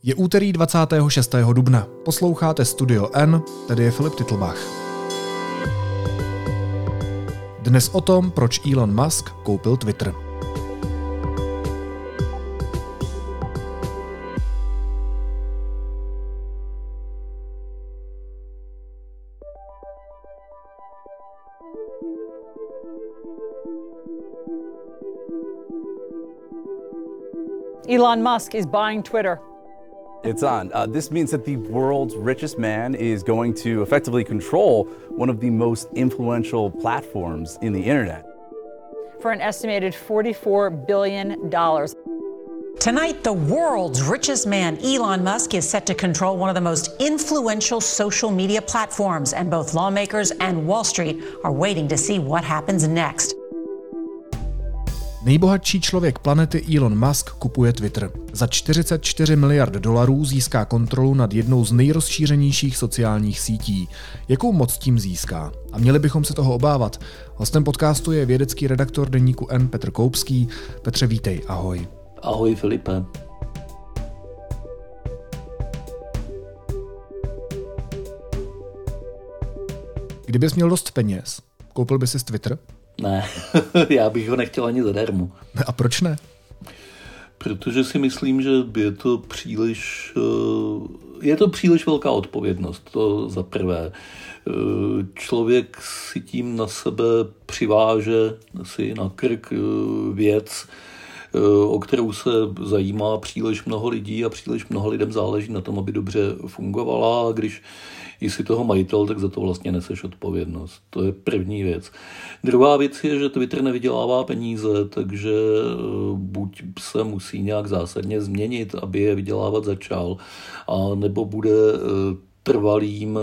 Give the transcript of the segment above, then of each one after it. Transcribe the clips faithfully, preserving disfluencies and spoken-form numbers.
Je úterý dvacátého šestého dubna. Posloucháte Studio N, tady je Filip Titlbach. Dnes o tom, proč Elon Musk koupil Twitter. Elon Musk is buying Twitter. It's on. Uh, this means that the world's richest man is going to effectively control one of the most influential platforms in the internet. For an estimated forty-four billion dollars. Tonight, the world's richest man, Elon Musk, is set to control one of the most influential social media platforms, and both lawmakers and Wall Street are waiting to see what happens next. Nejbohatší člověk planety Elon Musk kupuje Twitter. Za čtyřicet čtyři miliard dolarů získá kontrolu nad jednou z nejrozšířenějších sociálních sítí. Jakou moc tím získá? A měli bychom se toho obávat. Hostem podcastu je vědecký redaktor deníku N Petr Koupský. Petře, vítej, ahoj. Ahoj, Filipe. Kdybys měl dost peněz, koupil bys si Twitter? Ne, já bych ho nechtěl ani zadarmo. A proč ne? Protože si myslím, že je to příliš, je to příliš velká odpovědnost, to za prvé. Člověk si tím na sebe přiváže si na krk věc, o kterou se zajímá příliš mnoho lidí a příliš mnoho lidem záleží na tom, aby dobře fungovala, a když jsi toho majitel, tak za to vlastně neseš odpovědnost. To je první věc. Druhá věc je, že Twitter nevydělává peníze, takže buď se musí nějak zásadně změnit, aby je vydělávat začal, a nebo bude trvalým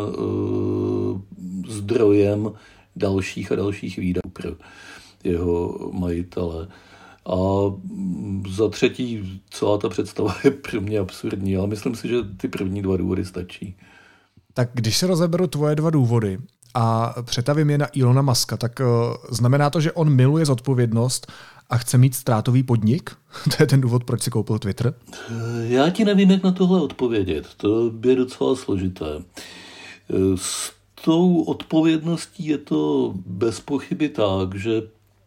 zdrojem dalších a dalších výdajů pro jeho majitele. A za třetí, celá ta představa je pro mě absurdní, ale myslím si, že ty první dva důvody stačí. Tak když se rozeberu tvoje dva důvody a přetavím je na Elona Muska, tak uh, znamená to, že on miluje zodpovědnost a chce mít ztrátový podnik? To je ten důvod, proč si koupil Twitter? Já ti nevím, jak na tohle odpovědět. To je docela složité. S tou odpovědností je to bez pochyby tak, že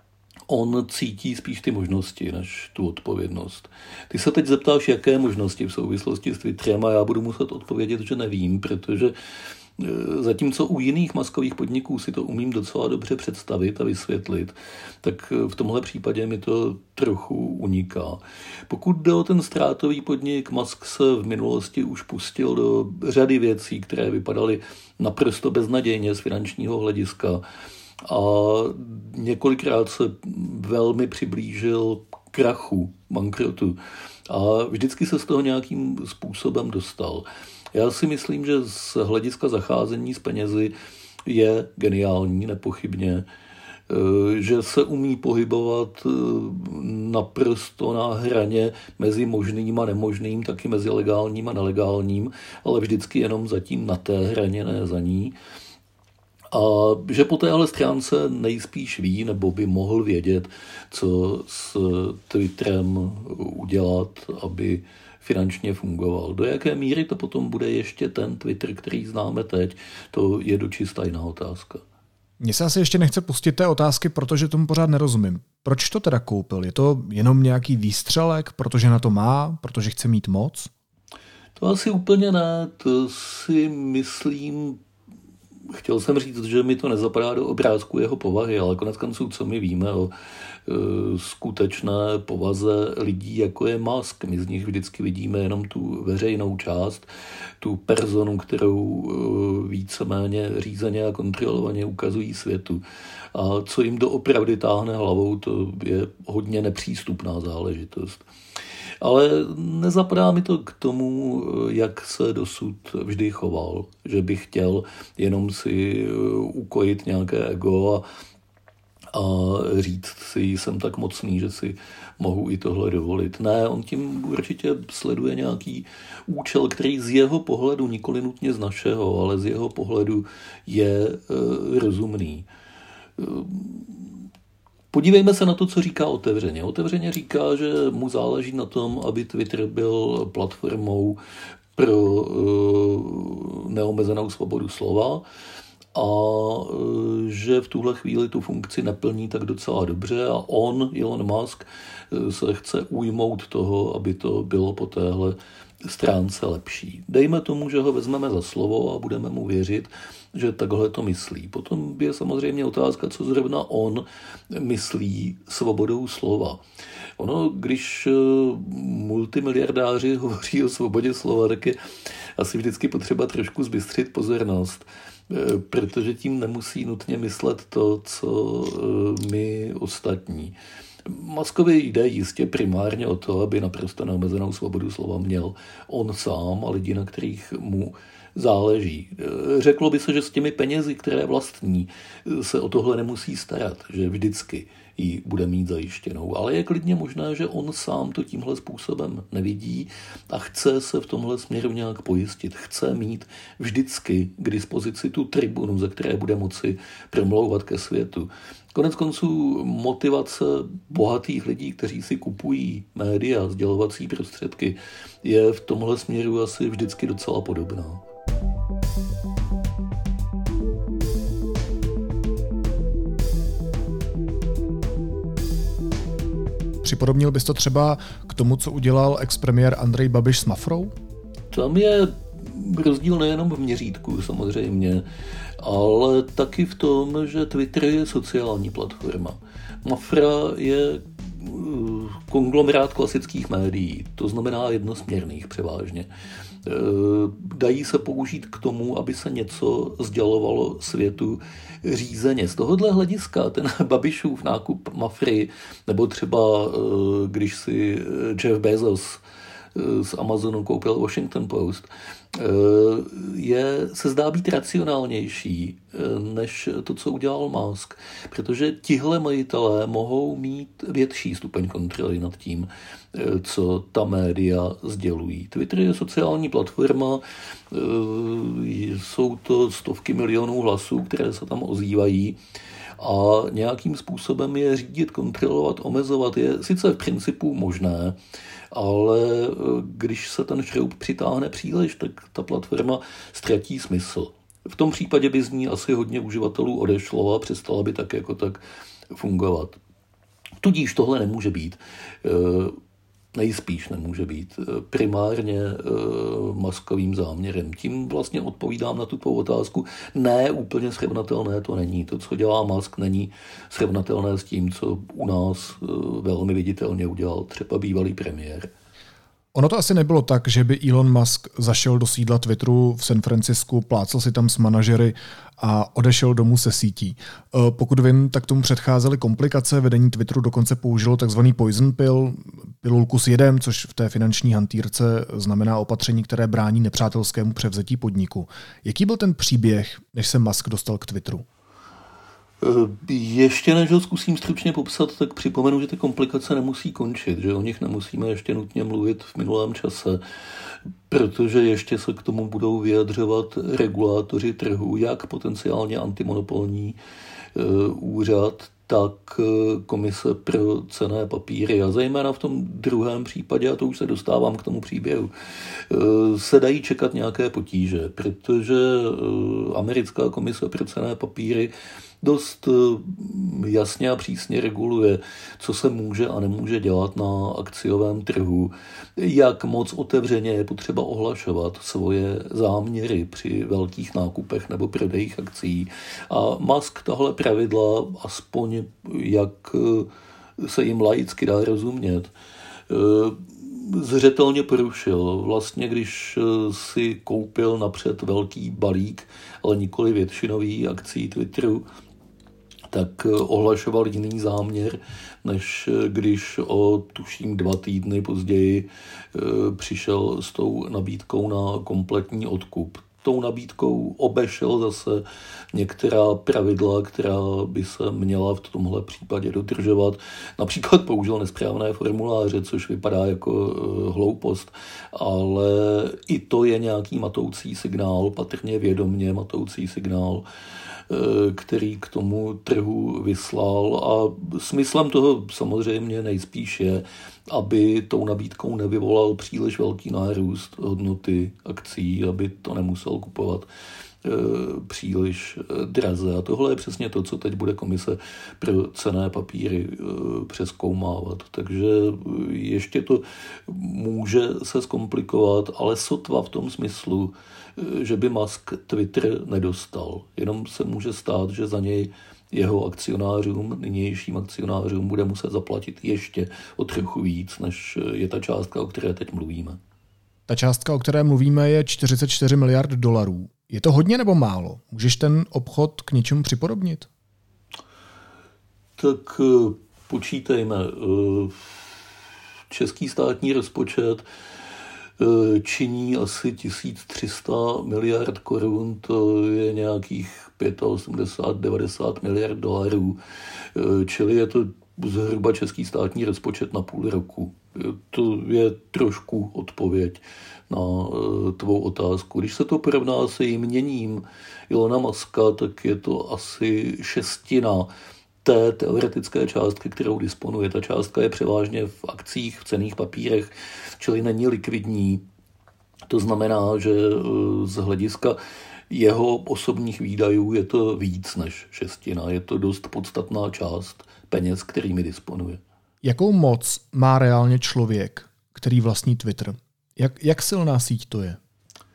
on cítí spíš ty možnosti než tu odpovědnost. Ty se teď zeptáš, jaké možnosti v souvislosti s Twitterem, a já budu muset odpovědět, že nevím, protože zatímco u jiných maskových podniků si to umím docela dobře představit a vysvětlit, tak v tomhle případě mi to trochu uniká. Pokud jde o ten ztrátový podnik, Musk se v minulosti už pustil do řady věcí, které vypadaly naprosto beznadějně z finančního hlediska, a několikrát se velmi přiblížil krachu, bankrotu, a vždycky se z toho nějakým způsobem dostal. Já si myslím, že z hlediska zacházení s penězi je geniální, nepochybně, že se umí pohybovat naprosto na hraně mezi možným a nemožným, taky mezi legálním a nelegálním, ale vždycky jenom zatím na té hraně, ne za ní. A že po téhle stránce nejspíš ví, nebo by mohl vědět, co s Twitterem udělat, aby finančně fungoval. Do jaké míry to potom bude ještě ten Twitter, který známe teď, to je dočista jiná otázka. Mně se asi ještě nechce pustit té otázky, protože tomu pořád nerozumím. Proč to teda koupil? Je to jenom nějaký výstřelek, protože na to má, protože chce mít moc? To asi úplně ne, to si myslím. Chtěl jsem říct, že mi to nezapadá do obrázku jeho povahy, ale koneckonců, co my víme o e, skutečné povaze lidí, jako je Musk. My z nich vždycky vidíme jenom tu veřejnou část, tu personu, kterou e, víceméně řízeně a kontrolovaně ukazují světu. A co jim doopravdy táhne hlavou, to je hodně nepřístupná záležitost. Ale nezapadá mi to k tomu, jak se dosud vždy choval, že by chtěl jenom si ukojit nějaké ego a, a říct si, jsem tak mocný, že si mohu i tohle dovolit. Ne, on tím určitě sleduje nějaký účel, který z jeho pohledu, nikoli nutně z našeho, ale z jeho pohledu je e, rozumný. Podívejme se na to, co říká otevřeně. Otevřeně říká, že mu záleží na tom, aby Twitter byl platformou pro uh, neomezenou svobodu slova a uh, že v tuhle chvíli tu funkci neplní tak docela dobře a on, Elon Musk, se chce ujmout toho, aby to bylo po téhle stránce lepší. Dejme tomu, že ho vezmeme za slovo a budeme mu věřit, že takhle to myslí. Potom je samozřejmě otázka, co zrovna on myslí svobodou slova. Ono, když multimiliardáři hovoří o svobodě slova, tak je asi vždycky potřeba trošku zbystřit pozornost, protože tím nemusí nutně myslet to, co my ostatní. Muskovi jde jistě primárně o to, aby naprosto neomezenou svobodu slova měl on sám a lidi, na kterých mu záleží. Řeklo by se, že s těmi penězi, které vlastní, se o tohle nemusí starat, že vždycky ji bude mít zajištěnou. Ale je klidně možné, že on sám to tímhle způsobem nevidí a chce se v tomhle směru nějak pojistit. Chce mít vždycky k dispozici tu tribunu, ze které bude moci promlouvat ke světu. Konec konců motivace bohatých lidí, kteří si kupují média, sdělovací prostředky, je v tomhle směru asi vždycky docela podobná. Připodobnil bys to třeba k tomu, co udělal expremiér Andrej Babiš s Mafrou? Tam je rozdíl nejenom v měřítku samozřejmě, ale taky v tom, že Twitter je sociální platforma. Mafra je konglomerát klasických médií, to znamená jednosměrných převážně. Dají se použít k tomu, aby se něco sdělovalo světu řízeně. Z tohohle hlediska ten Babišův nákup Mafry, nebo třeba když si Jeff Bezos z Amazonu koupil Washington Post, je, se zdá být racionálnější než to, co udělal Musk, protože tihle majitelé mohou mít větší stupeň kontroly nad tím, co ta média sdělují. Twitter je sociální platforma, jsou to stovky milionů hlasů, které se tam ozývají a nějakým způsobem je řídit, kontrolovat, omezovat je sice v principu možné, ale když se ten šroub přitáhne příliš, tak ta platforma ztratí smysl. V tom případě by z ní asi hodně uživatelů odešlo a přestala by tak jako tak fungovat. Tudíž tohle nemůže být, nejspíš nemůže být primárně Muskovým záměrem. Tím vlastně odpovídám na tu tvou otázku. Ne, úplně srovnatelné to není. To, co dělá Musk, není srovnatelné s tím, co u nás velmi viditelně udělal třeba bývalý premiér. Ono to asi nebylo tak, že by Elon Musk zašel do sídla Twitteru v San Francisku, plácel si tam s manažery a odešel domů se sítí. Pokud vím, tak tomu předcházely komplikace. Vedení Twitteru dokonce použilo takzvaný poison pill, pilulku s jedem, což v té finanční hantýrce znamená opatření, které brání nepřátelskému převzetí podniku. Jaký byl ten příběh, než se Musk dostal k Twitteru? Ještě než ho zkusím stručně popsat, tak připomenu, že ty komplikace nemusí končit, že o nich nemusíme ještě nutně mluvit v minulém čase, protože ještě se k tomu budou vyjadřovat regulátoři trhu, jak potenciálně antimonopolní úřad, tak komise pro cenné papíry. A zejména v tom druhém případě, a to už se dostávám k tomu příběhu, se dají čekat nějaké potíže, protože americká komise pro cenné papíry dost jasně a přísně reguluje, co se může a nemůže dělat na akciovém trhu, jak moc otevřeně je potřeba ohlašovat svoje záměry při velkých nákupech nebo prodejích akcií. A Musk tahle pravidla, aspoň jak se jim laicky dá rozumět, zřetelně porušil. Vlastně, když si koupil napřed velký balík, ale nikoli většinový akcí Twitteru, tak ohlašoval jiný záměr, než když o tuším dva týdny později přišel s tou nabídkou na kompletní odkup. Tou nabídkou obešel zase některá pravidla, která by se měla v tomhle případě dodržovat. Například použil nesprávné formuláře, což vypadá jako hloupost, ale i to je nějaký matoucí signál, patrně vědomně matoucí signál, který k tomu trhu vyslal a smyslem toho samozřejmě nejspíš je, aby tou nabídkou nevyvolal příliš velký nárůst hodnoty akcií, aby to nemusel kupovat příliš draze. A tohle je přesně to, co teď bude komise pro cenné papíry přezkoumávat. Takže ještě to může se zkomplikovat, ale sotva v tom smyslu, že by Musk Twitter nedostal. Jenom se může stát, že za něj jeho akcionářům, nynějším akcionářům, bude muset zaplatit ještě o trochu víc, než je ta částka, o které teď mluvíme. Ta částka, o které mluvíme, je čtyřicet čtyři miliard dolarů. Je to hodně nebo málo? Můžeš ten obchod k něčemu připodobnit? Tak počítejme. Český státní rozpočet činí asi tisíc tři sta miliard korun, to je nějakých osmdesát pět devadesát miliard dolarů, čili je to zhruba český státní rozpočet na půl roku. To je trošku odpověď na tvou otázku. Když se to porovná se jměním Ilona Muska, tak je to asi šestina té teoretické částky, kterou disponuje. Ta částka je převážně v akcích, v cenných papírech, čili není likvidní. To znamená, že z hlediska jeho osobních výdajů je to víc než šestina. Je to dost podstatná část peněz, kterými disponuje. Jakou moc má reálně člověk, který vlastní Twitter? Jak, jak silná síť to je?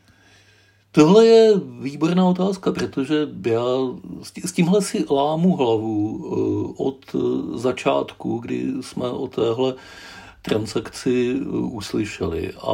Tohle je výborná otázka, protože já s tímhle si lámu hlavu od začátku, kdy jsme o téhle transakci uslyšeli. A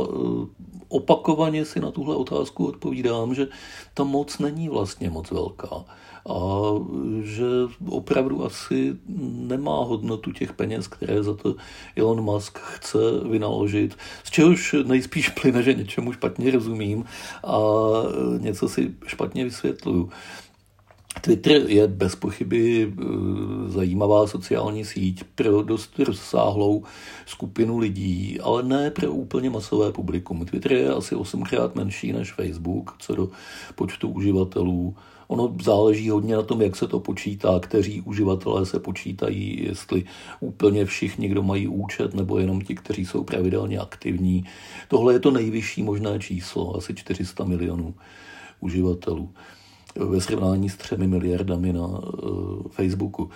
opakovaně si na tuhle otázku odpovídám, že ta moc není vlastně moc velká. A že opravdu asi nemá hodnotu těch peněz, které za to Elon Musk chce vynaložit. Z čehož nejspíš plyne, že něčemu špatně rozumím a něco si špatně vysvětluju. Twitter je bez pochyby zajímavá sociální síť pro dost rozsáhlou skupinu lidí, ale ne pro úplně masové publikum. Twitter je asi osmkrát menší než Facebook, co do počtu uživatelů. Ono záleží hodně na tom, jak se to počítá, kteří uživatelé se počítají, jestli úplně všichni, kdo mají účet, nebo jenom ti, kteří jsou pravidelně aktivní. Tohle je to nejvyšší možné číslo, asi čtyři sta milionů uživatelů ve srovnání s třemi miliardami na uh, Facebooku.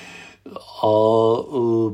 A uh,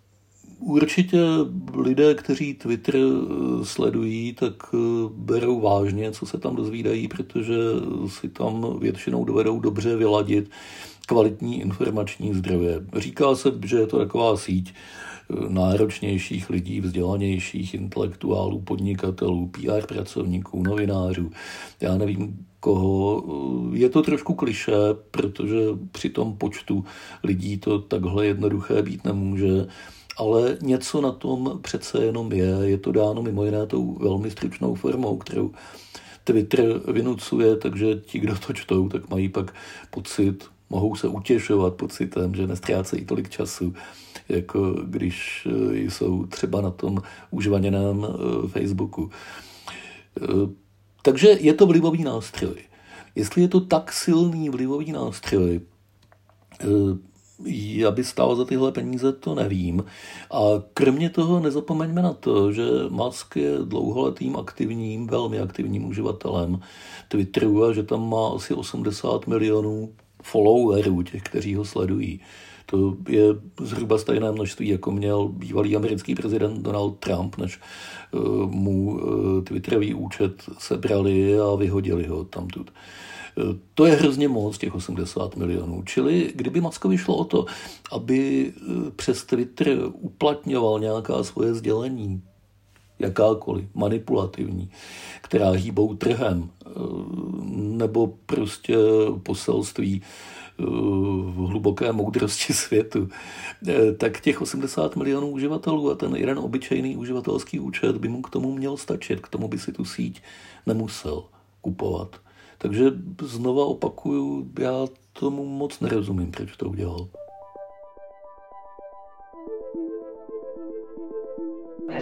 určitě lidé, kteří Twitter sledují, tak berou vážně, co se tam dozvídají, protože si tam většinou dovedou dobře vyladit kvalitní informační zdroje. Říká se, že je to taková síť náročnějších lidí, vzdělanějších intelektuálů, podnikatelů, P R pracovníků, novinářů. Já nevím koho. Je to trošku klišé, protože při tom počtu lidí to takhle jednoduché být nemůže. Ale něco na tom přece jenom je. Je to dáno mimo jiné tou velmi stručnou formou, kterou Twitter vynucuje, takže ti, kdo to čtou, tak mají pak pocit, mohou se utěšovat pocitem, že nestrácejí tolik času, jako když jsou třeba na tom užvaněném Facebooku. Takže je to vlivový nástroj. Jestli je to tak silný vlivový nástroj, aby stál za tyhle peníze, to nevím. A kromě toho nezapomeňme na to, že Musk je dlouholetým aktivním, velmi aktivním uživatelem Twitteru a že tam má asi osmdesát milionů followerů, těch, kteří ho sledují. To je zhruba stejné množství, jako měl bývalý americký prezident Donald Trump, než mu Twitterový účet sebrali a vyhodili ho tamtud. To je hrozně moc, těch osmdesát milionů. Čili kdyby Muskovi šlo o to, aby přes Twitter uplatňoval nějaká svoje sdělení, jakákoliv, manipulativní, která hýbou trhem, nebo prostě poselství v hluboké moudrosti světu, tak těch osmdesát milionů uživatelů a ten jeden obyčejný uživatelský účet by mu k tomu měl stačit, k tomu by si tu síť nemusel kupovat. Takže znova opakuju, já tomu moc nerozumím, proč to udělal. Just a quick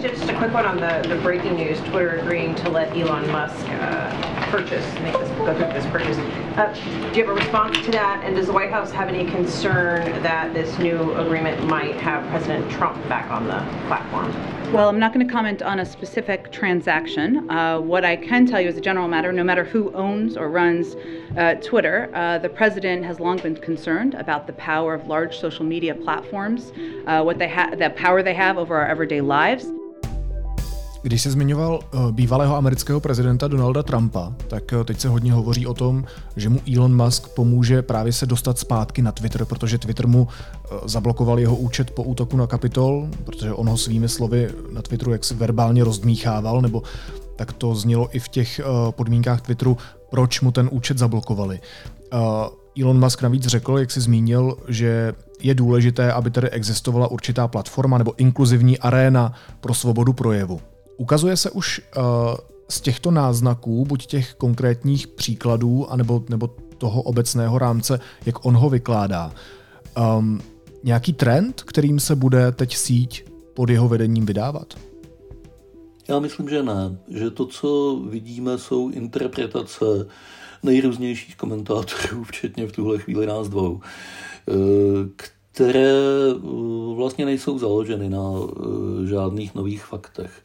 quick one on the, the breaking news, Twitter agreeing to let Elon Musk uh, purchase, make this, go through this purchase. Uh, do you have a response to that? And does the White House have any concern that this new agreement might have President Trump back on the platform? Well, I'm not going to comment on a specific transaction. Uh, what I can tell you as a general matter, no matter who owns or runs uh, Twitter, uh, the president has long been concerned about the power of large social media platforms, uh, what they ha- the power they have over our everyday lives. Když se zmiňoval uh, bývalého amerického prezidenta Donalda Trumpa, tak uh, teď se hodně hovoří o tom, že mu Elon Musk pomůže právě se dostat zpátky na Twitter, protože Twitter mu uh, zablokoval jeho účet po útoku na Kapitol, protože on ho svými slovy na Twitteru jaksi verbálně rozdmíchával, nebo tak to znělo i v těch uh, podmínkách Twitteru, proč mu ten účet zablokovali. Uh, Elon Musk navíc řekl, jak si zmínil, že je důležité, aby tady existovala určitá platforma nebo inkluzivní aréna pro svobodu projevu. Ukazuje se už uh, z těchto náznaků, buď těch konkrétních příkladů, anebo, nebo toho obecného rámce, jak on ho vykládá, um, nějaký trend, kterým se bude teď síť pod jeho vedením vydávat? Já myslím, že ne. Že to, co vidíme, jsou interpretace nejrůznějších komentátorů, včetně v tuhle chvíli nás dvou, které vlastně nejsou založeny na žádných nových faktech.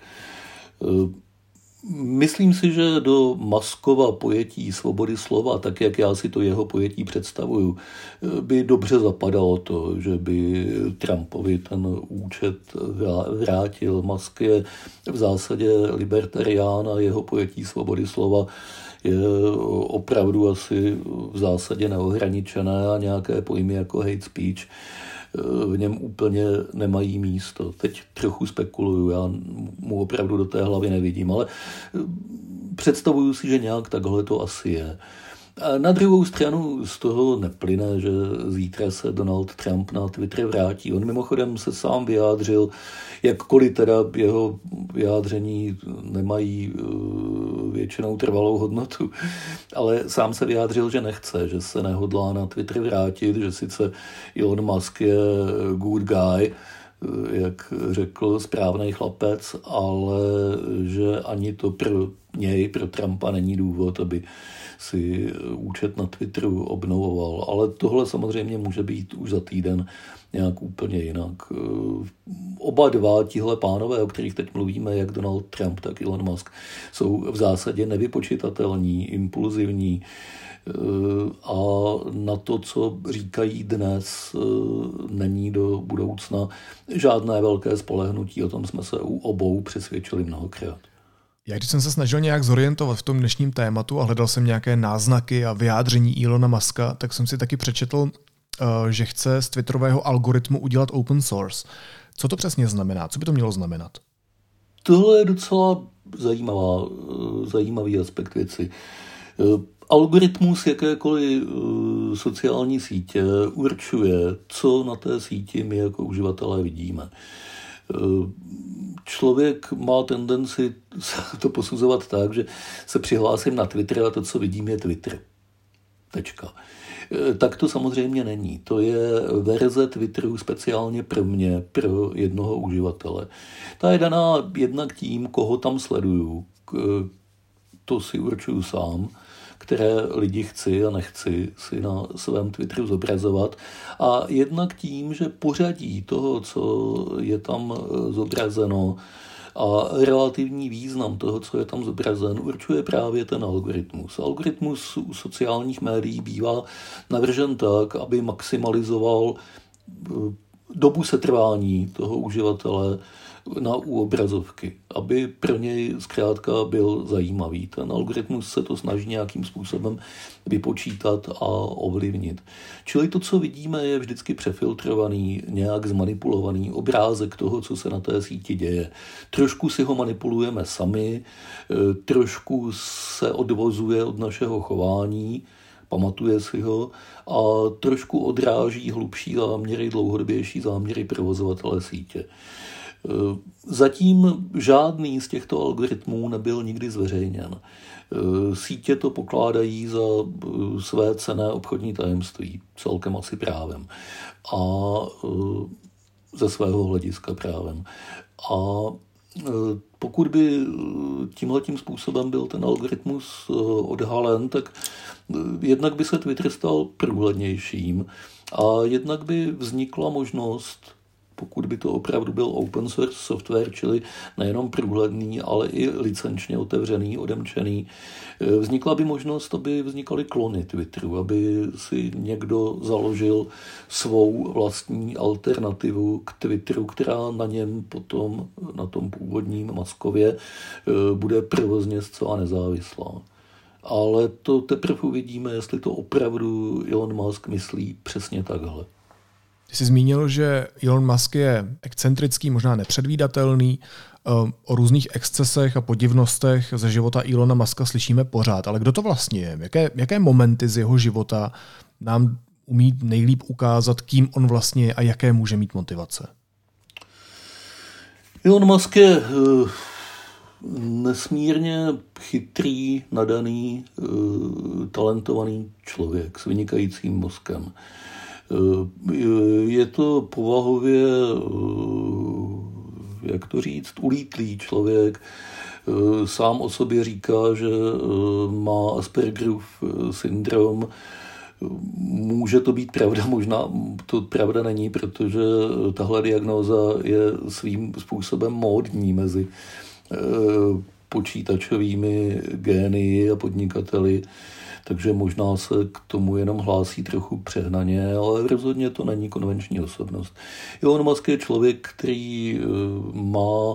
Myslím si, že do Muskova pojetí svobody slova, tak jak já si to jeho pojetí představuju, by dobře zapadalo to, že by Trumpovi ten účet vrátil. Musk je v zásadě libertarián a jeho pojetí svobody slova je opravdu asi v zásadě neohraničené a nějaké pojmy jako hate speech v něm úplně nemají místo. Teď trochu spekuluju, já mu opravdu do té hlavy nevidím, ale představuju si, že nějak takhle to asi je. A na druhou stranu z toho neplyne, že zítra se Donald Trump na Twitter vrátí. On mimochodem se sám vyjádřil, jakkoliv teda jeho vyjádření nemají většinou trvalou hodnotu, ale sám se vyjádřil, že nechce, že se nehodlá na Twitter vrátit, že sice Elon Musk je good guy, jak řekl správný chlapec, ale že ani to pro něj, pro Trumpa není důvod, aby si účet na Twitteru obnovoval. Ale tohle samozřejmě může být už za týden nějak úplně jinak. Oba dva tihle pánové, o kterých teď mluvíme, jak Donald Trump, tak Elon Musk, jsou v zásadě nevypočitatelní, impulzivní a na to, co říkají dnes, není do budoucna žádné velké spolehnutí. O tom jsme se u obou přesvědčili mnohokrát. Já když jsem se snažil nějak zorientovat v tom dnešním tématu a hledal jsem nějaké náznaky a vyjádření Elona Muska, tak jsem si taky přečetl, že chce z twitterového algoritmu udělat open source. Co to přesně znamená? Co by to mělo znamenat? Tohle je docela zajímavá, zajímavý aspekt věci. Algoritmus jakékoliv sociální sítě určuje, co na té síti my jako uživatelé vidíme. Člověk má tendenci to posuzovat tak, že se přihlásím na Twitter a to, co vidím, je Twitter. Tečka. Tak to samozřejmě není. To je verze Twitteru speciálně pro mě, pro jednoho uživatele. Ta je daná jednak tím, koho tam sleduju. To si určuju sám, které lidi chci a nechci si na svém Twitteru zobrazovat. A jednak tím, že pořadí toho, co je tam zobrazeno a relativní význam toho, co je tam zobrazen, určuje právě ten algoritmus. Algoritmus u sociálních médií bývá navržen tak, aby maximalizoval dobu setrvání toho uživatele na u obrazovky, aby pro něj zkrátka byl zajímavý. Ten algoritmus se to snaží nějakým způsobem vypočítat a ovlivnit. Čili to, co vidíme, je vždycky přefiltrovaný, nějak zmanipulovaný obrázek toho, co se na té síti děje. Trošku si ho manipulujeme sami, trošku se odvozuje od našeho chování, pamatuje si ho a trošku odráží hlubší záměry, dlouhodobější záměry provozovatele sítě. Zatím žádný z těchto algoritmů nebyl nikdy zveřejněn. Sítě to pokládají za své cenné obchodní tajemství, celkem asi právem. A ze svého hlediska právem. A pokud by tímhletím způsobem byl ten algoritmus odhalen, tak jednak by se Twitter stal průhlednějším a jednak by vznikla možnost, pokud by to opravdu byl open source software, čili nejenom průhledný, ale i licenčně otevřený, odemčený, vznikla by možnost, aby vznikaly klony Twitteru, aby si někdo založil svou vlastní alternativu k Twitteru, která na něm potom, na tom původním Muskově, bude provozně zcela nezávislá. Ale to teprve uvidíme, jestli to opravdu Elon Musk myslí přesně takhle. Ty jsi zmínil, že Elon Musk je excentrický, možná nepředvídatelný. O různých excesech a podivnostech ze života Elona Muska slyšíme pořád, ale kdo to vlastně je? Jaké, jaké momenty z jeho života nám umí nejlíp ukázat, kým on vlastně je a jaké může mít motivace? Elon Musk je uh, nesmírně chytrý, nadaný, uh, talentovaný člověk s vynikajícím mozkem. Je to povahově, jak to říct, ulítlý člověk. Sám o sobě říká, že má Aspergerův syndrom. Může to být pravda, možná to pravda není, protože tahle diagnóza je svým způsobem módní mezi počítačovými génii a podnikateli. Takže možná se k tomu jenom hlásí trochu přehnaně, ale rozhodně to není konvenční osobnost. Elon Musk je člověk, který má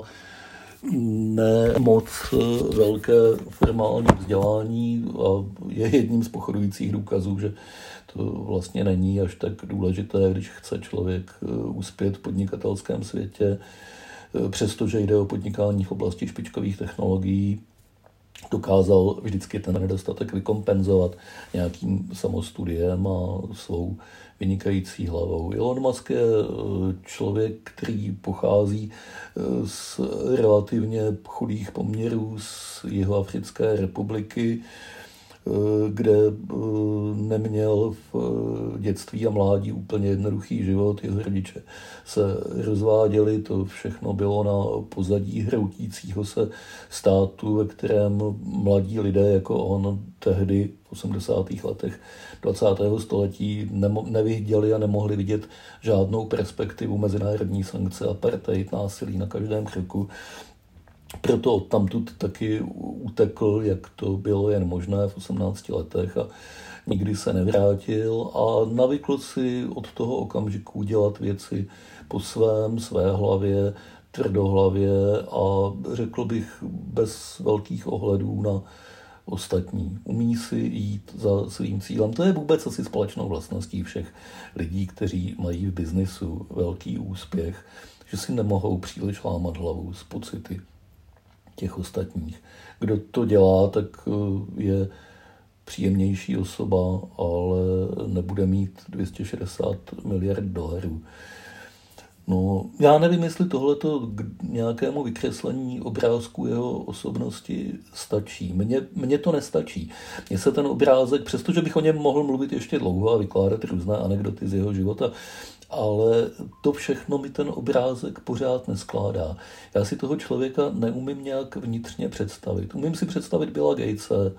ne moc velké formální vzdělání a je jedním z pochodujících důkazů, že to vlastně není až tak důležité, když chce člověk uspět v podnikatelském světě, přestože jde o podnikání v oblasti špičkových technologií. Dokázal vždycky ten nedostatek vykompenzovat nějakým samostudiem a svou vynikající hlavou. Elon Musk je člověk, který pochází z relativně chudých poměrů z Jihoafrické republiky, kde neměl v dětství a mládí úplně jednoduchý život. Jeho rodiče se rozváděli, to všechno bylo na pozadí hroutícího se státu, ve kterém mladí lidé jako on tehdy v osmdesátých letech dvacátého století nemo- neviděli a nemohli vidět žádnou perspektivu mezinárodní sankce, apartheid, násilí na každém kroku. Proto odtamtud taky utekl, jak to bylo jen možné v osmnácti letech a nikdy se nevrátil a navykl si od toho okamžiku dělat věci po svém, své hlavě, tvrdohlavě a řekl bych bez velkých ohledů na ostatní. Umí si jít za svým cílem. To je vůbec asi společnou vlastností všech lidí, kteří mají v biznisu velký úspěch, že si nemohou příliš lámat hlavu s pocity těch ostatních. Kdo to dělá, tak je příjemnější osoba, ale nebude mít dvě stě šedesát miliard dolarů. No, já nevím, jestli tohleto k nějakému vykreslení obrázku jeho osobnosti stačí. Mně, mně to nestačí. Mně se ten obrázek, přestože bych o něm mohl mluvit ještě dlouho a vykládat různé anekdoty z jeho života, ale to všechno mi ten obrázek pořád neskládá. Já si toho člověka neumím nějak vnitřně představit. Umím si představit Billa Gatese,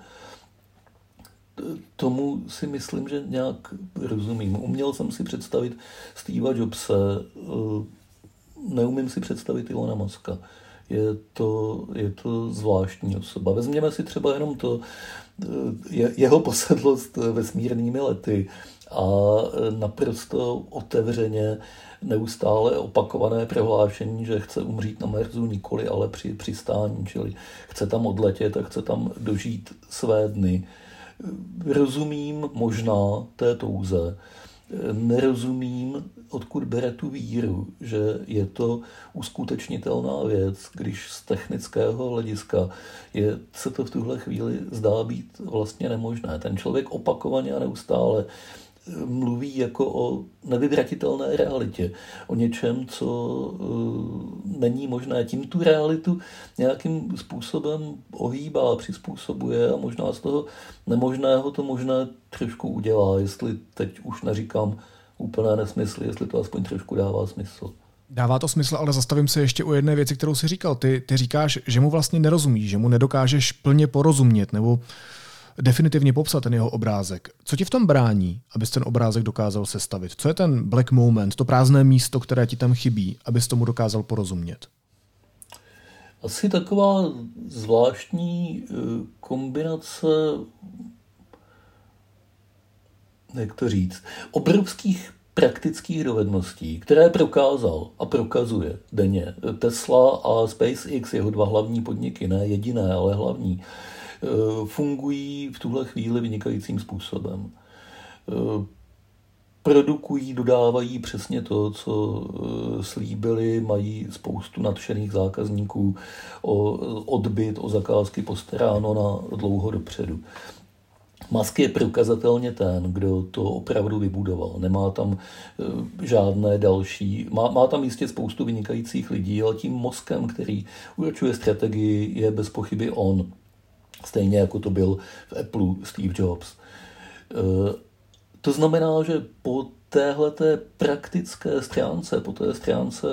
tomu si myslím, že nějak rozumím. Uměl jsem si představit Steva Jobse, neumím si představit Elona Muska. Je to, je to zvláštní osoba. Vezměme si třeba jenom to, je, jeho posedlost vesmírnými lety a naprosto otevřeně neustále opakované prohlášení, že chce umřít na Marsu nikoli, ale při přistání, čili chce tam odletět a chce tam dožít své dny. Rozumím možná té touze, nerozumím, odkud bere tu víru, že je to uskutečnitelná věc, když z technického hlediska je, se to v tuhle chvíli zdá být vlastně nemožné. Ten člověk opakovaně a neustále mluví jako o nevyvratitelné realitě, o něčem, co uh, není možné. Tím tu realitu nějakým způsobem ohýbá, přizpůsobuje a možná z toho nemožného to možné trošku udělá, jestli teď už neříkám úplné nesmysly, jestli to aspoň trošku dává smysl. Dává to smysl, ale zastavím se ještě u jedné věci, kterou jsi říkal. Ty, ty říkáš, že mu vlastně nerozumíš, že mu nedokážeš plně porozumět nebo definitivně popsat ten jeho obrázek. Co ti v tom brání, abys ten obrázek dokázal sestavit? Co je ten black moment, to prázdné místo, které ti tam chybí, abys tomu dokázal porozumět? Asi taková zvláštní kombinace, jak to říct, obrovských praktických dovedností, které prokázal a prokazuje denně Tesla a SpaceX, jeho dva hlavní podniky, ne jediné, ale hlavní, fungují v tuhle chvíli vynikajícím způsobem. Produkují, dodávají přesně to, co slíbili, mají spoustu nadšených zákazníků, o odbyt, o zakázky postaráno na dlouho dopředu. Musk je prokazatelně ten, kdo to opravdu vybudoval. Nemá tam žádné další, má, má tam jistě spoustu vynikajících lidí, ale tím mozkem, který určuje strategii, je bez pochyby on. Stejně jako to byl v Apple Steve Jobs. To znamená, že po téhleté praktické stránce, po té stránce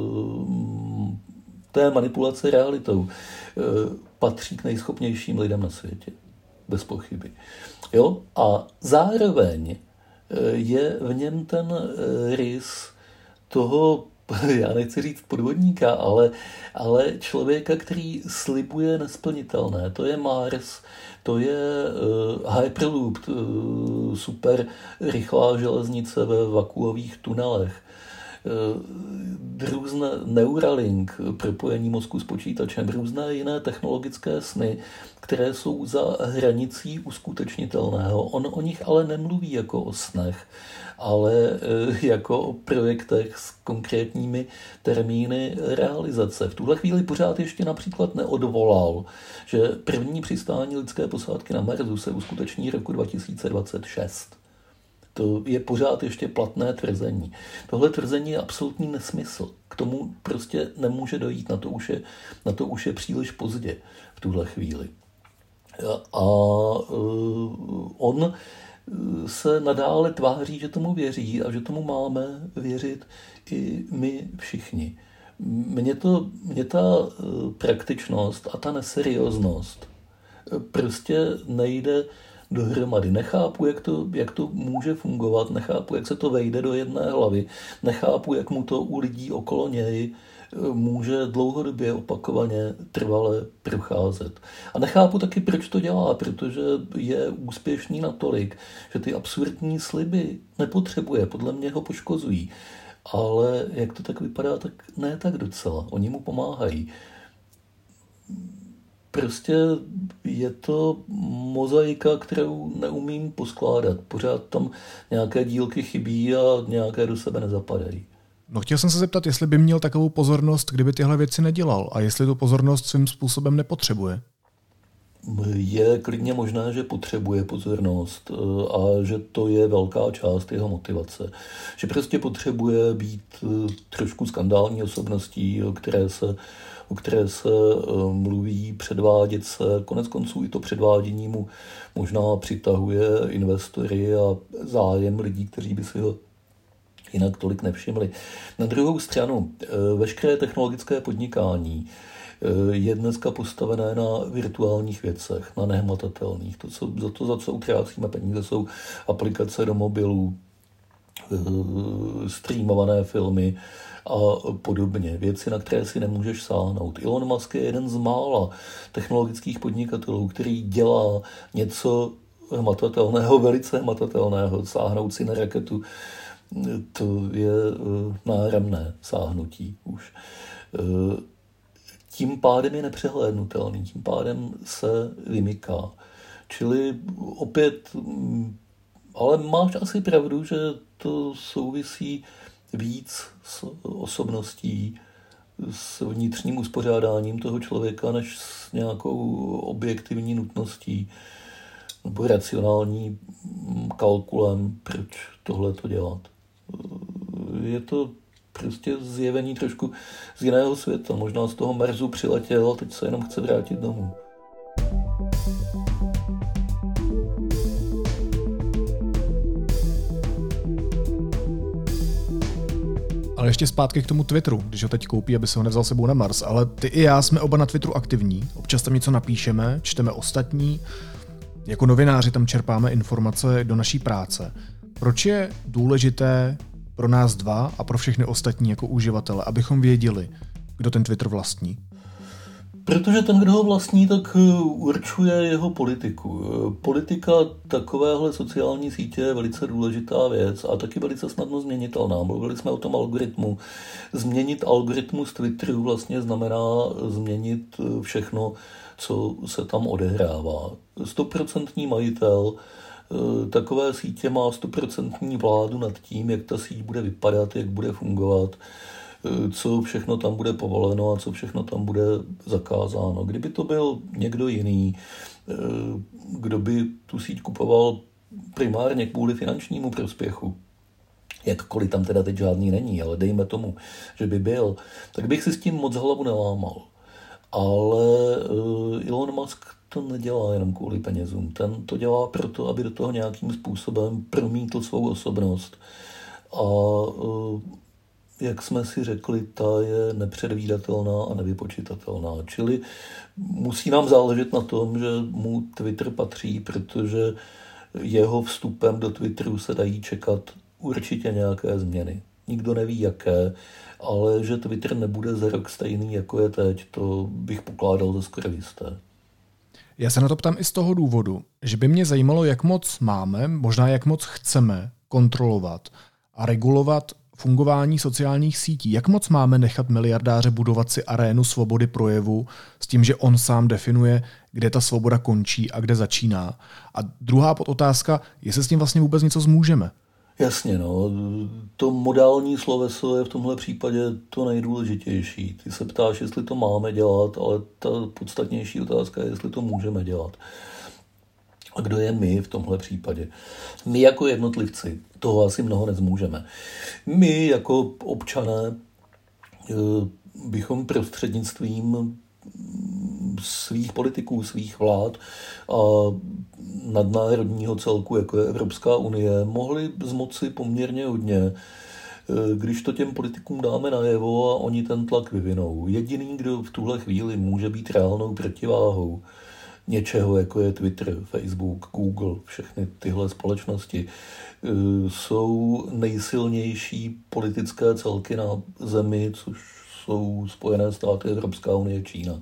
té manipulace realitou, patří k nejschopnějším lidem na světě. Bez pochyby. Jo? A zároveň je v něm ten rys toho, já nechci říct podvodníka, ale, ale člověka, který slibuje nesplnitelné. To je Mars, to je uh, Hyperloop, uh, super rychlá železnice ve vakuových tunelech. Uh, různé Neuralink, propojení mozku s počítačem, různé jiné technologické sny, které jsou za hranicí uskutečnitelného. On o nich ale nemluví jako o snech, ale jako o projektech s konkrétními termíny realizace. V tuhle chvíli pořád ještě například neodvolal, že první přistání lidské posádky na Marsu se uskuteční roku dva tisíce dvacet šest. To je pořád ještě platné tvrzení. Tohle tvrzení je absolutní nesmysl. K tomu prostě nemůže dojít, na to už je, na to už je příliš pozdě v tuhle chvíli. A uh, on se nadále tváří, že tomu věří a že tomu máme věřit i my všichni. Mně, to, mně ta praktičnost a ta neserióznost prostě nejde dohromady. Nechápu, jak to, jak to může fungovat, nechápu, jak se to vejde do jedné hlavy, nechápu, jak mu to u lidí okolo něj může dlouhodobě opakovaně trvale procházet. A nechápu taky, proč to dělá, protože je úspěšný natolik, že ty absurdní sliby nepotřebuje, podle mě ho poškozují. Ale jak to tak vypadá, tak ne tak docela. Oni mu pomáhají. Prostě je to mozaika, kterou neumím poskládat. Pořád tam nějaké dílky chybí a nějaké do sebe nezapadají. No, chtěl jsem se zeptat, jestli by měl takovou pozornost, kdyby tyhle věci nedělal a jestli tu pozornost svým způsobem nepotřebuje. Je klidně možné, že potřebuje pozornost a že to je velká část jeho motivace. Že prostě potřebuje být trošku skandální osobností, o které se, o které se mluví, předvádět se. Konec konců i to předvádění mu možná přitahuje investory a zájem lidí, kteří by si ho jinak tolik nevšimli. Na druhou stranu, veškeré technologické podnikání je dneska postavené na virtuálních věcech, na nehmatatelných. To, co, za to, za co utrácíme peníze, jsou aplikace do mobilů, streamované filmy a podobně. Věci, na které si nemůžeš sáhnout. Elon Musk je jeden z mála technologických podnikatelů, který dělá něco hmatatelného, velice hmatatelného, sáhnout si na raketu. To je náramné sáhnutí už. Tím pádem je nepřehlédnutelný, tím pádem se vymyká. Čili opět, ale máš asi pravdu, že to souvisí víc s osobností, s vnitřním uspořádáním toho člověka, než s nějakou objektivní nutností nebo racionální kalkulem, proč tohle to dělat. Je to prostě zjevení trošku z jiného světa. Možná z toho Marsu přiletěl a teď se jenom chce vrátit domů. Ale ještě zpátky k tomu Twitteru, když ho teď koupí, aby se ho nevzal sebou na Mars, ale ty i já jsme oba na Twitteru aktivní, občas tam něco napíšeme, čteme ostatní, jako novináři tam čerpáme informace do naší práce. Proč je důležité pro nás dva a pro všechny ostatní jako uživatele, abychom věděli, kdo ten Twitter vlastní? Protože ten, kdo ho vlastní, tak určuje jeho politiku. Politika takovéhle sociální sítě je velice důležitá věc a taky velice snadno změnitelná. Mluvili jsme o tom algoritmu. Změnit algoritmus Twitteru vlastně znamená změnit všechno, co se tam odehrává. Stoprocentní majitel takové sítě má stoprocentní vládu nad tím, jak ta síť bude vypadat, jak bude fungovat, co všechno tam bude povoleno a co všechno tam bude zakázáno. Kdyby to byl někdo jiný, kdo by tu síť kupoval primárně kvůli finančnímu prospěchu, jakkoliv tam teda teď žádný není, ale dejme tomu, že by byl, tak bych si s tím moc hlavu nelámal. Ale Elon Musk to nedělá jenom kvůli penězům. Ten to dělá proto, aby do toho nějakým způsobem promítl svou osobnost. A jak jsme si řekli, ta je nepředvídatelná a nevypočitatelná. Čili musí nám záležet na tom, že mu Twitter patří, protože jeho vstupem do Twitteru se dají čekat určitě nějaké změny. Nikdo neví jaké, ale že Twitter nebude za rok stejný, jako je teď, to bych pokládal za skoro jisté. Já se na to ptám i z toho důvodu, že by mě zajímalo, jak moc máme, možná jak moc chceme kontrolovat a regulovat fungování sociálních sítí. Jak moc máme nechat miliardáře budovat si arénu svobody projevu s tím, že on sám definuje, kde ta svoboda končí a kde začíná. A druhá podotázka, jestli s tím vlastně vůbec něco zmůžeme. Jasně, no. To modální sloveso je v tomhle případě to nejdůležitější. Ty se ptáš, jestli to máme dělat, ale ta podstatnější otázka je, jestli to můžeme dělat. A kdo je my v tomhle případě? My jako jednotlivci toho asi mnoho nezmůžeme. My jako občané bychom prostřednictvím svých politiků, svých vlád a nadnárodního celku, jako je Evropská unie, mohli zmoci poměrně hodně, když to těm politikům dáme najevo a oni ten tlak vyvinou. Jediný, kdo v tuhle chvíli může být reálnou protiváhou něčeho, jako je Twitter, Facebook, Google, všechny tyhle společnosti, jsou nejsilnější politické celky na zemi, což jsou Spojené státy, Evropská unie, Čína.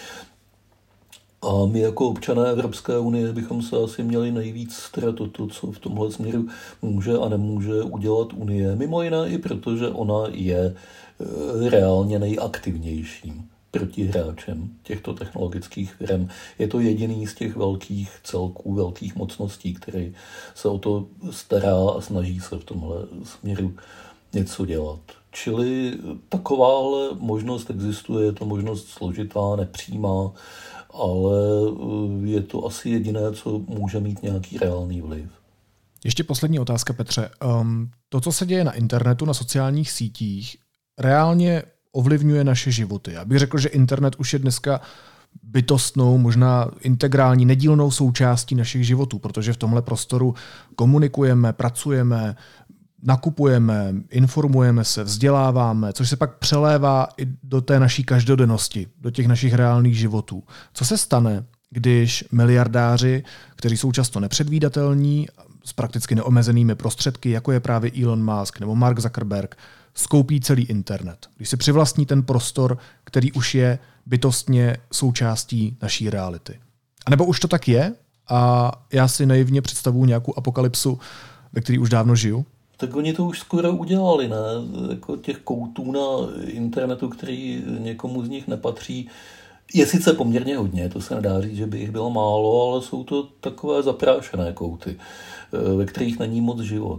A my jako občané Evropské unie bychom se asi měli nejvíc starat o to, co v tomhle směru může a nemůže udělat Unie. Mimo jiné i proto, že ona je reálně nejaktivnějším protihráčem těchto technologických firm. Je to jediný z těch velkých celků, velkých mocností, který se o to stará a snaží se v tomhle směru něco dělat. Čili takováhle možnost existuje, je to možnost složitá, nepřímá, ale je to asi jediné, co může mít nějaký reálný vliv. Ještě poslední otázka, Petře. Um, to, co se děje na internetu, na sociálních sítích, reálně ovlivňuje naše životy. Já bych řekl, že internet už je dneska bytostnou, možná integrální, nedílnou součástí našich životů, protože v tomhle prostoru komunikujeme, pracujeme, nakupujeme, informujeme se, vzděláváme, což se pak přelévá i do té naší každodennosti, do těch našich reálných životů. Co se stane, když miliardáři, kteří jsou často nepředvídatelní, s prakticky neomezenými prostředky, jako je právě Elon Musk nebo Mark Zuckerberg, skoupí celý internet, když si přivlastní ten prostor, který už je bytostně součástí naší reality. A nebo už to tak je a já si naivně představuji nějakou apokalypsu, ve které už dávno žiju? Tak oni to už skoro udělali, ne? Jako těch koutů na internetu, který někomu z nich nepatří, je sice poměrně hodně, to se nedá říct, že by jich bylo málo, ale jsou to takové zaprášené kouty, ve kterých není moc živo.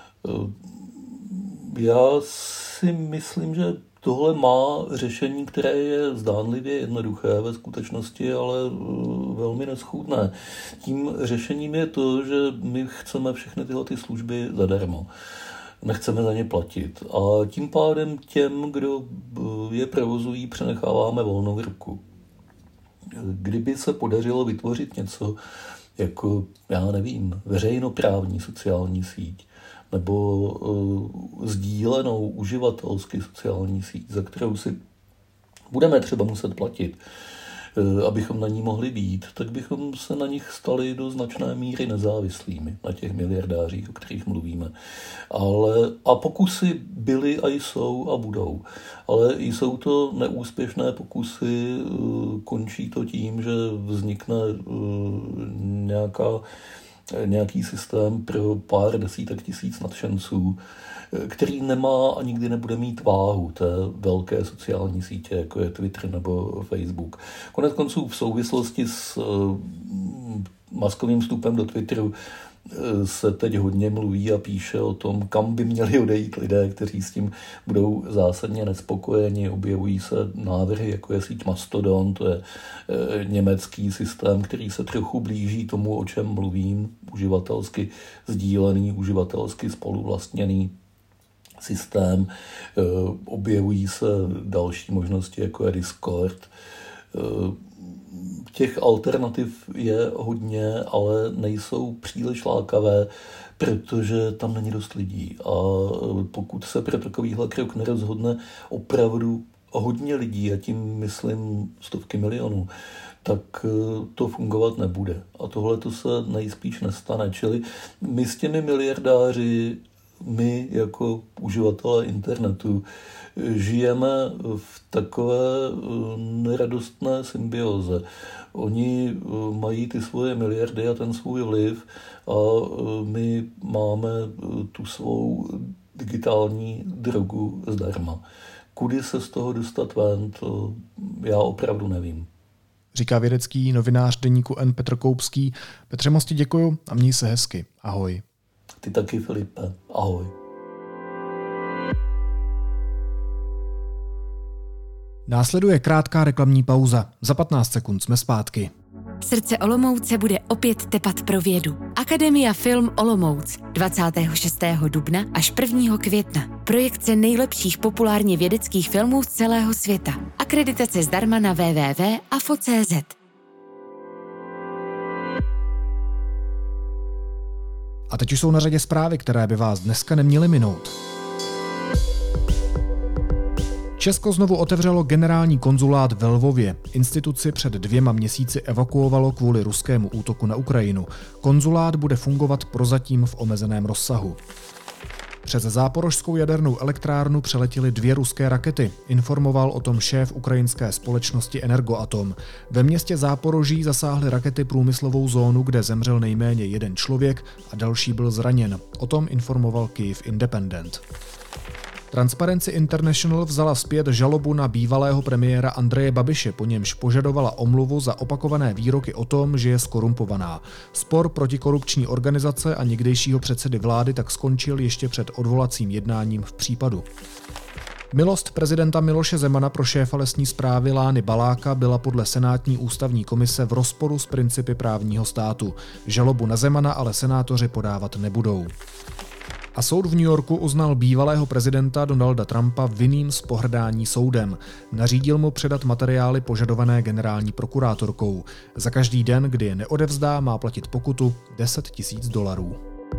Já si myslím, že tohle má řešení, které je zdánlivě jednoduché ve skutečnosti, ale velmi neschůdné. Tím řešením je to, že my chceme všechny tyhle ty služby zadarmo. Nechceme za ně platit. A tím pádem těm, kdo je provozují, přenecháváme volnou ruku. Kdyby se podařilo vytvořit něco jako, já nevím, veřejnoprávní sociální síť, nebo uh, sdílenou uživatelsky sociální síť, za kterou si budeme třeba muset platit, abychom na ní mohli být, tak bychom se na nich stali do značné míry nezávislými, na těch miliardářích, o kterých mluvíme. Ale, a pokusy byly a jsou a budou. Ale jsou to neúspěšné pokusy, končí to tím, že vznikne nějaká, nějaký systém pro pár desítek tisíc nadšenců, který nemá a nikdy nebude mít váhu té velké sociální sítě, jako je Twitter nebo Facebook. Konec konců v souvislosti s maskovým vstupem do Twitteru se teď hodně mluví a píše o tom, kam by měli odejít lidé, kteří s tím budou zásadně nespokojeni. Objevují se návrhy, jako je síť Mastodon, to je německý systém, který se trochu blíží tomu, o čem mluvím, uživatelsky sdílený, uživatelsky spoluvlastněný systém. Objevují se další možnosti, jako je Discord. Těch alternativ je hodně, ale nejsou příliš lákavé, protože tam není dost lidí. A pokud se pro takovýhle krok nerozhodne opravdu hodně lidí, a tím myslím stovky milionů, tak to fungovat nebude. A tohle to se nejspíš nestane. Čili my s těmi miliardáři, my jako uživatelé internetu, žijeme v takové neradostné symbioze. Oni mají ty svoje miliardy a ten svůj vliv a my máme tu svou digitální drogu zdarma. Kudy se z toho dostat ven, to já opravdu nevím. Říká vědecký novinář deníku N Petr Koupský. Petře, moc ti děkuju a měj se hezky. Ahoj. Ty taky, Filipe. Ahoj. Následuje krátká reklamní pauza. Za patnáct sekund jsme zpátky. Srdce Olomouce bude opět tepat pro vědu. Akademia Film Olomouc dvacátého šestého dubna až prvního května. Projekce nejlepších populárně vědeckých filmů z celého světa. Akreditace zdarma na w w w tečka a f o tečka c z. A teď už jsou na řadě zprávy, které by vás dneska neměly minout. Česko znovu otevřelo generální konzulát ve Lvově. Instituci před dvěma měsíci evakuovalo kvůli ruskému útoku na Ukrajinu. Konzulát bude fungovat prozatím v omezeném rozsahu. Přes záporožskou jadernou elektrárnu přeletěly dvě ruské rakety, informoval o tom šéf ukrajinské společnosti Energoatom. Ve městě Záporoží zasáhly rakety průmyslovou zónu, kde zemřel nejméně jeden člověk a další byl zraněn. O tom informoval Kyiv Independent. Transparency International vzala zpět žalobu na bývalého premiéra Andreje Babiše, po němž požadovala omluvu za opakované výroky o tom, že je zkorumpovaná. Spor protikorupční organizace a někdejšího předsedy vlády tak skončil ještě před odvolacím jednáním v případu. Milost prezidenta Miloše Zemana pro šéfa lesní správy Lány Baláka byla podle Senátní ústavní komise v rozporu s principy právního státu. Žalobu na Zemana ale senátoři podávat nebudou. A soud v New Yorku uznal bývalého prezidenta Donalda Trumpa vinným z pohrdání soudem. Nařídil mu předat materiály požadované generální prokurátorkou. Za každý den, kdy je neodevzdá, má platit pokutu deset tisíc dolarů.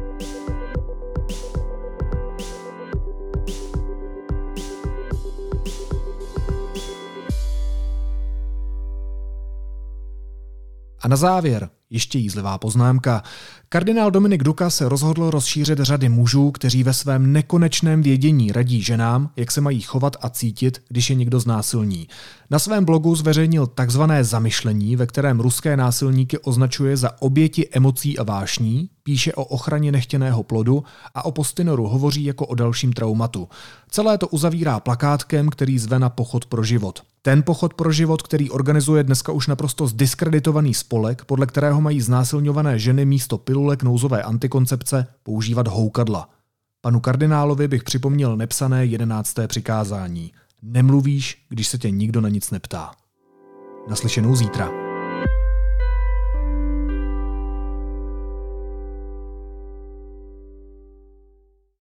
A na závěr ještě jízlivá poznámka. Kardinál Dominik Duka se rozhodl rozšířit řady mužů, kteří ve svém nekonečném vědění radí ženám, jak se mají chovat a cítit, když je někdo znásilní. Na svém blogu zveřejnil takzvané zamyšlení, ve kterém ruské násilníky označuje za oběti emocí a vášní, píše o ochraně nechtěného plodu a o postinoru hovoří jako o dalším traumatu. Celé to uzavírá plakátkem, který zve na Pochod pro život. Ten Pochod pro život, který organizuje dneska už naprosto zdiskreditovaný spolek, podle kterého mají znásilňované ženy místo pilulek nouzové antikoncepce používat houkadla. Panu kardinálovi bych připomněl nepsané jedenácté přikázání. Nemluvíš, když se tě nikdo na nic neptá. Naslyšenou zítra.